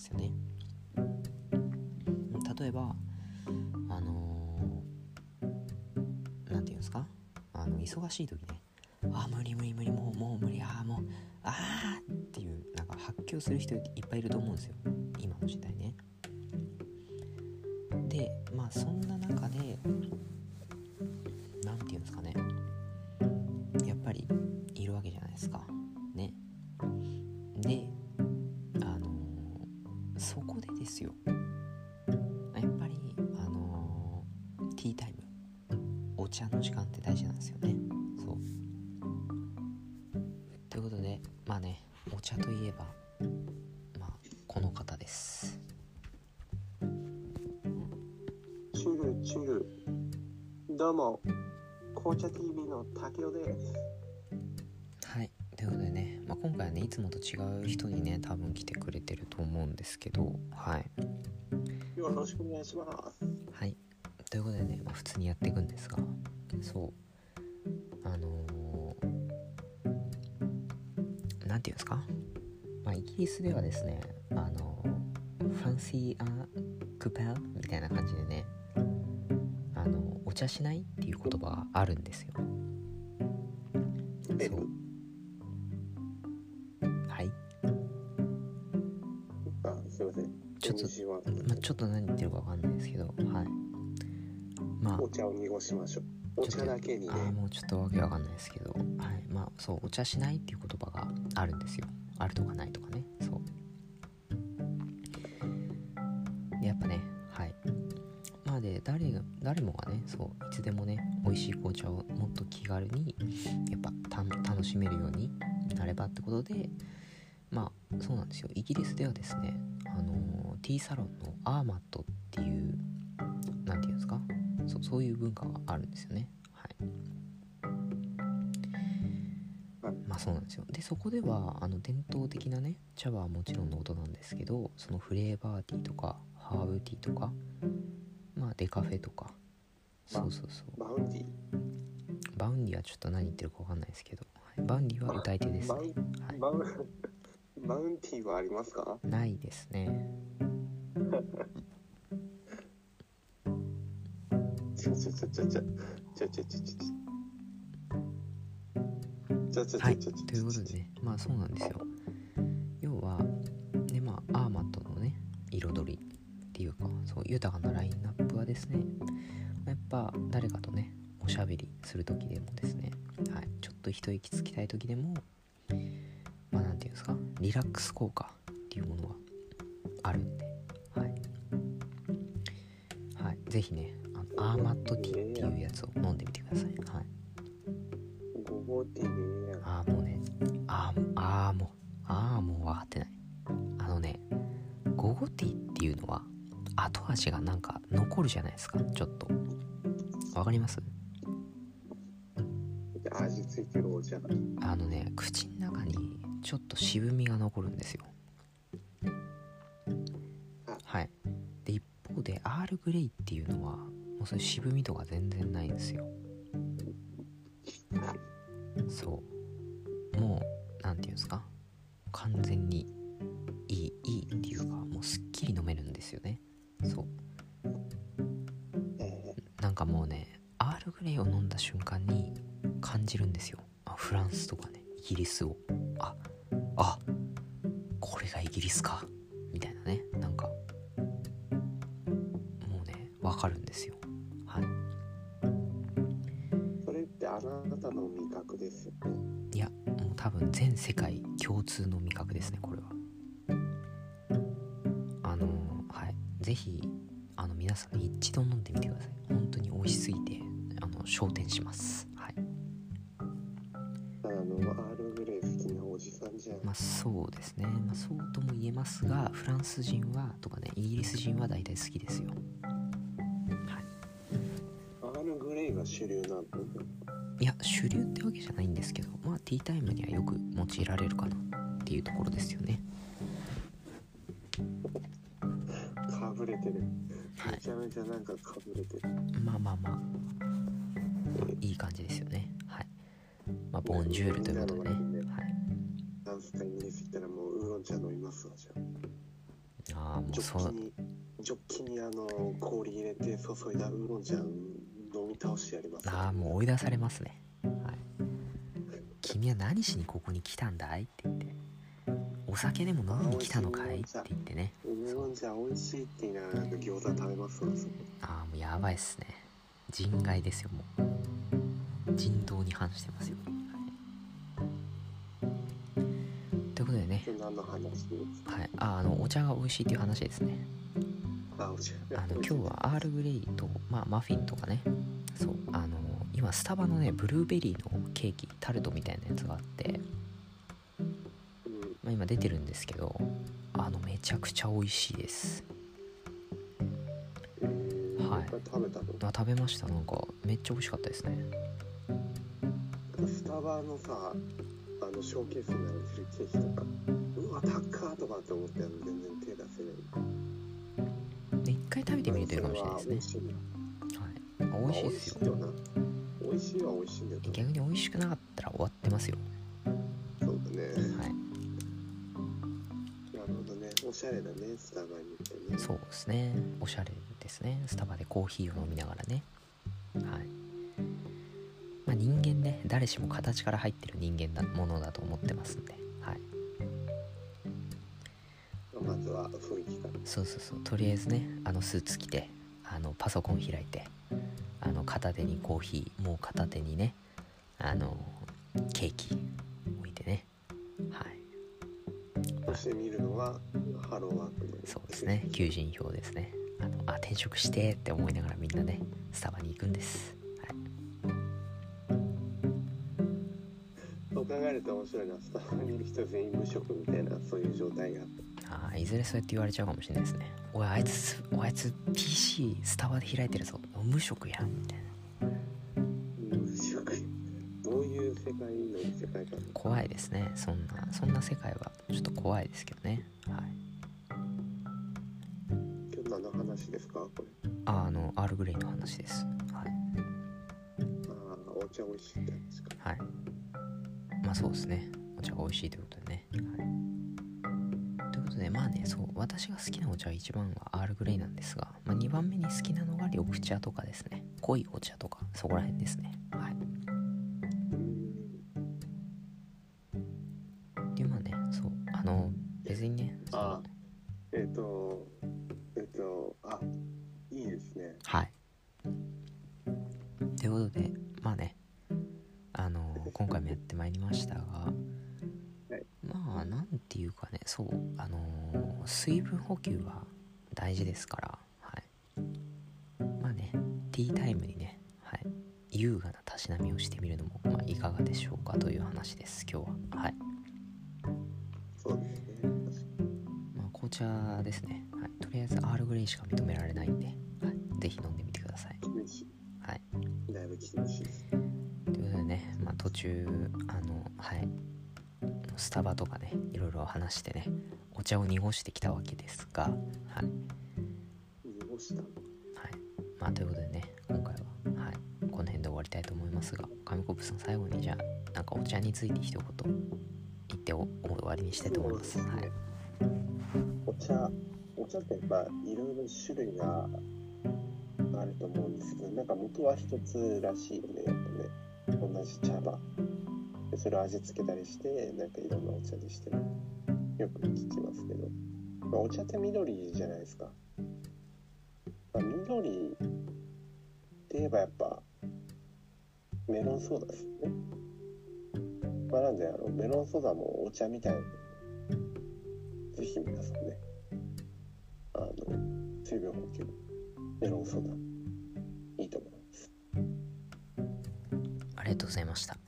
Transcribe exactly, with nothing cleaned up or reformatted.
ですよね。例えばあのー、なんていうんですか、あの忙しい時ね、あ無理無理無理もうもう無理、あもうあーっていうなんか発狂する人いっぱいいると思うんですよ、今の時代ね。でまあそんな中でなんていうんですかね、やっぱりいるわけじゃないですかね。であのー、そこでですよ、やっぱりあのー、ティータイム、お茶の時間って大事なんですよね。そうということでまあね、お茶といえばまあこの方です。 チュルチュル、どうも紅茶 ティーブイ の竹雄です。 はい、ということでね、まあ、今回はねいつもと違う人にね多分来てくれてると思うんですけど、はいよろしくお願いします。 はいということでね、まあ、普通にやっていくんですが、そうあのー、なんていうんですか、まあ、イギリスではですね、あのー、ファンシーアクペルみたいな感じでね、あのー、お茶しないっていう言葉があるんですよ。そうはいあ、すいません。 ちょっと、まあ、ちょっと何言ってるか分かんないですけど、はいまあお茶を濁しましょう。お茶だけにね。 ああもうちょっとわけわかんないですけど、はいまあそうお茶しないっていう言葉があるんですよ。あるとかないとかね。そうでやっぱね、はいまあで誰が誰もがね、そういつでもね美味しい紅茶をもっと気軽にやっぱた楽しめるようになればってことで、まあそうなんですよ。イギリスではですね、あのー、ティーサロンのアーマットっていうなんていうんですか、そ, そういう文化があるんですよね。まあそうなんですよ。でそこではあの伝統的なね茶はもちろんのことなんですけど、そのフレーバーティーとかハーブティーとか、まあデカフェとか、そうそうそうバウンディバウンディはちょっと何言ってるか分かんないですけど、はい、バウンディは歌い手ですね。はい、 バウバウンティーはありますか？ ないですね。 ちょちょちょちょちょちょちょちょちょちょはいということでね、まあそうなんですよ。要はでまあアーマットのね彩りっていうか、そう豊かなラインナップはですね、やっぱ誰かとねおしゃべりする時でもですね、はい、ちょっと一息つきたい時でも、まあなんていうんですか、リラックス効果っていうものがあるんで、はい、はい、ぜひねあのアーマットティーっていうやつを飲んでみてください。はい。 ゴゴティーね。 あーもうね、あーあーもうあーもう分かってない。あのね、ゴゴティーっていうのは後味がなんか残るじゃないですか。ちょっとわかります？ 味ついてるお茶。 あのね、口の中にちょっと渋みが残るんですよ。はい。で一方でアールグレイっていうのはもうそういう渋みとか全然ないんですよ。そうもうなんていうんですか、完全にいいいいっていうかもうすっきり飲めるんですよね。そうなんかもうねアールグレイを飲んだ瞬間に感じるんですよ。あフランスとかねイギリスをああこれがイギリスかみたいなね、なんかもうねわかるんですよ。はい。 それってあなたの味覚ですよね。 いやもう多分全世界共通の味覚ですねこれは。あのー、はいぜひあの皆さん一度飲んでみてください。本当に美味しすぎてあの昇天します。はい。 あのアールグレイ好きなおじさんじゃん。 まあそうですね、まあ、そうとも言えますがフランス人はとかねイギリス人は大体好きですよ。はい。 アールグレイが主流なの？ いや主流ってわけじゃないんですけど、まあティータイムにはよく用いられるかなっていうところですよね。 かぶれてる。 はい、 めちゃめちゃなんかかぶれてる。 まあまあまあ、いい感じですよね。はい。まあボンジュールということでね。はい。 ダンス会に行ったらもうウーロン茶飲みますわじゃああもうジョそうッキにジョッキにあの氷入れて注いだウーロン茶飲み倒してやります、ね、 ああもう追い出されますね。はい、君は何しにここに来たんだいって言って、お酒でも飲みに来たのかいって言ってね。 ウーロン茶美味しいって言いながらなんか餃子食べますわ。 ああもうやばいっすね。人外ですよ。もう人道に反してますよ。ということでね、 何の話ですか？ はい、ああのお茶が美味しいっていう話ですね。 あお茶あの今日はアールグレイと、まあ、マフィンとかね、そうあの今スタバのねブルーベリーのケーキタルトみたいなやつがあって、まあ、今出てるんですけど、あのめちゃくちゃ美味しいです。はい。 食べたの？ あ食べました。なんかめっちゃ美味しかったですね。 スタバのさあのショーケースに並べてるケーキとか、うわ高っとかって思って全然手出せない。 で一回食べてみるといいかもしれないですね。はい、美味しいですよ。 美味しいよな。美味しいは美味しいんだよ。 逆に美味しくなかったら終わってますよ。 そうだね。はい。なるほどね。おしゃれだね、スタバに行ってね。 そうですね。おしゃれですね。スタバでコーヒーを飲みながらね。はい。まあ人間ね、誰しも形から入ってる人間なものだと思ってますんで。はい。 まずは雰囲気から。 そうそうそう。とりあえずね、あのスーツ着て、あのパソコン開いて、あの片手にコーヒー、もう片手にね、あのケーキ置いてね。はい。 そして見るのはハローワークの。 そうですね。求人票ですね。あのあ転職してって思いながらみんなねスタバに行くんです。はい。 そう考えると面白いな。スタバにいる人全員無職みたいなそういう状態があって。 あいずれそうやって言われちゃうかもしれないですね。おいあいつおあいつ ピーシー スタバで開いてるぞ、無職やんみたいな。 無職どういう世界の世界観？ 怖いですね。そんなそんな世界はちょっと怖いですけどね。はい。 今日何の話ですかこれ？ ああのアールグレイの話です。はい。 ああお茶美味しいんですか？ はい。まあそうですね。お茶が美味しいということでね。はい。ということでまあね、そう私が好きなお茶はいちばんはアールグレイなんですが、まあ、にばんめに好きなのが緑茶とかですね、濃いお茶とかそこら辺ですね。はい。でまあね、そうあの別にね、 あえっ、ー、とえっ、ー、とあいいですね。 はい。ということでまあね、あの今回もやってまいりましたが、はい、まあなんていうかね、そうあの水分補給は大事ですから、はい、まあねティータイムにね、はい、優雅なたしなみをしてみるのも、まあ、いかがでしょうかという話です今日は。はい。 そうですね。 まあ紅茶ですね。はい。とりあえずアールグレイしか認められないんで、はい、ぜひ飲んでみてください。 厳しい。 はい。 だいぶ厳しいです。 ということでね、まあ途中あのはいスタバとかねいろいろ話してねお茶を濁してきたわけですが、はい。 濁した。はい。 まあということでね今回ははいこの辺で終わりたいと思いますが、紙コップさん最後にじゃあなんかお茶について一言言ってお終わりにしたいと思います。はい。 お茶お茶ってやっぱいろいろ種類があると思うんですけど、なんか元は一つらしいよねやっぱね。同じ茶葉でそれを味付けたりしてなんかいろんなお茶にしてるよく聞きますけど、まあ、お茶って緑じゃないですか。まあ、緑って言えばやっぱメロンソーダですよね。まあなんであのメロンソーダもお茶みたいなのぜひ皆さんねあの水分補給メロンソーダいいと思います。 ありがとうございました。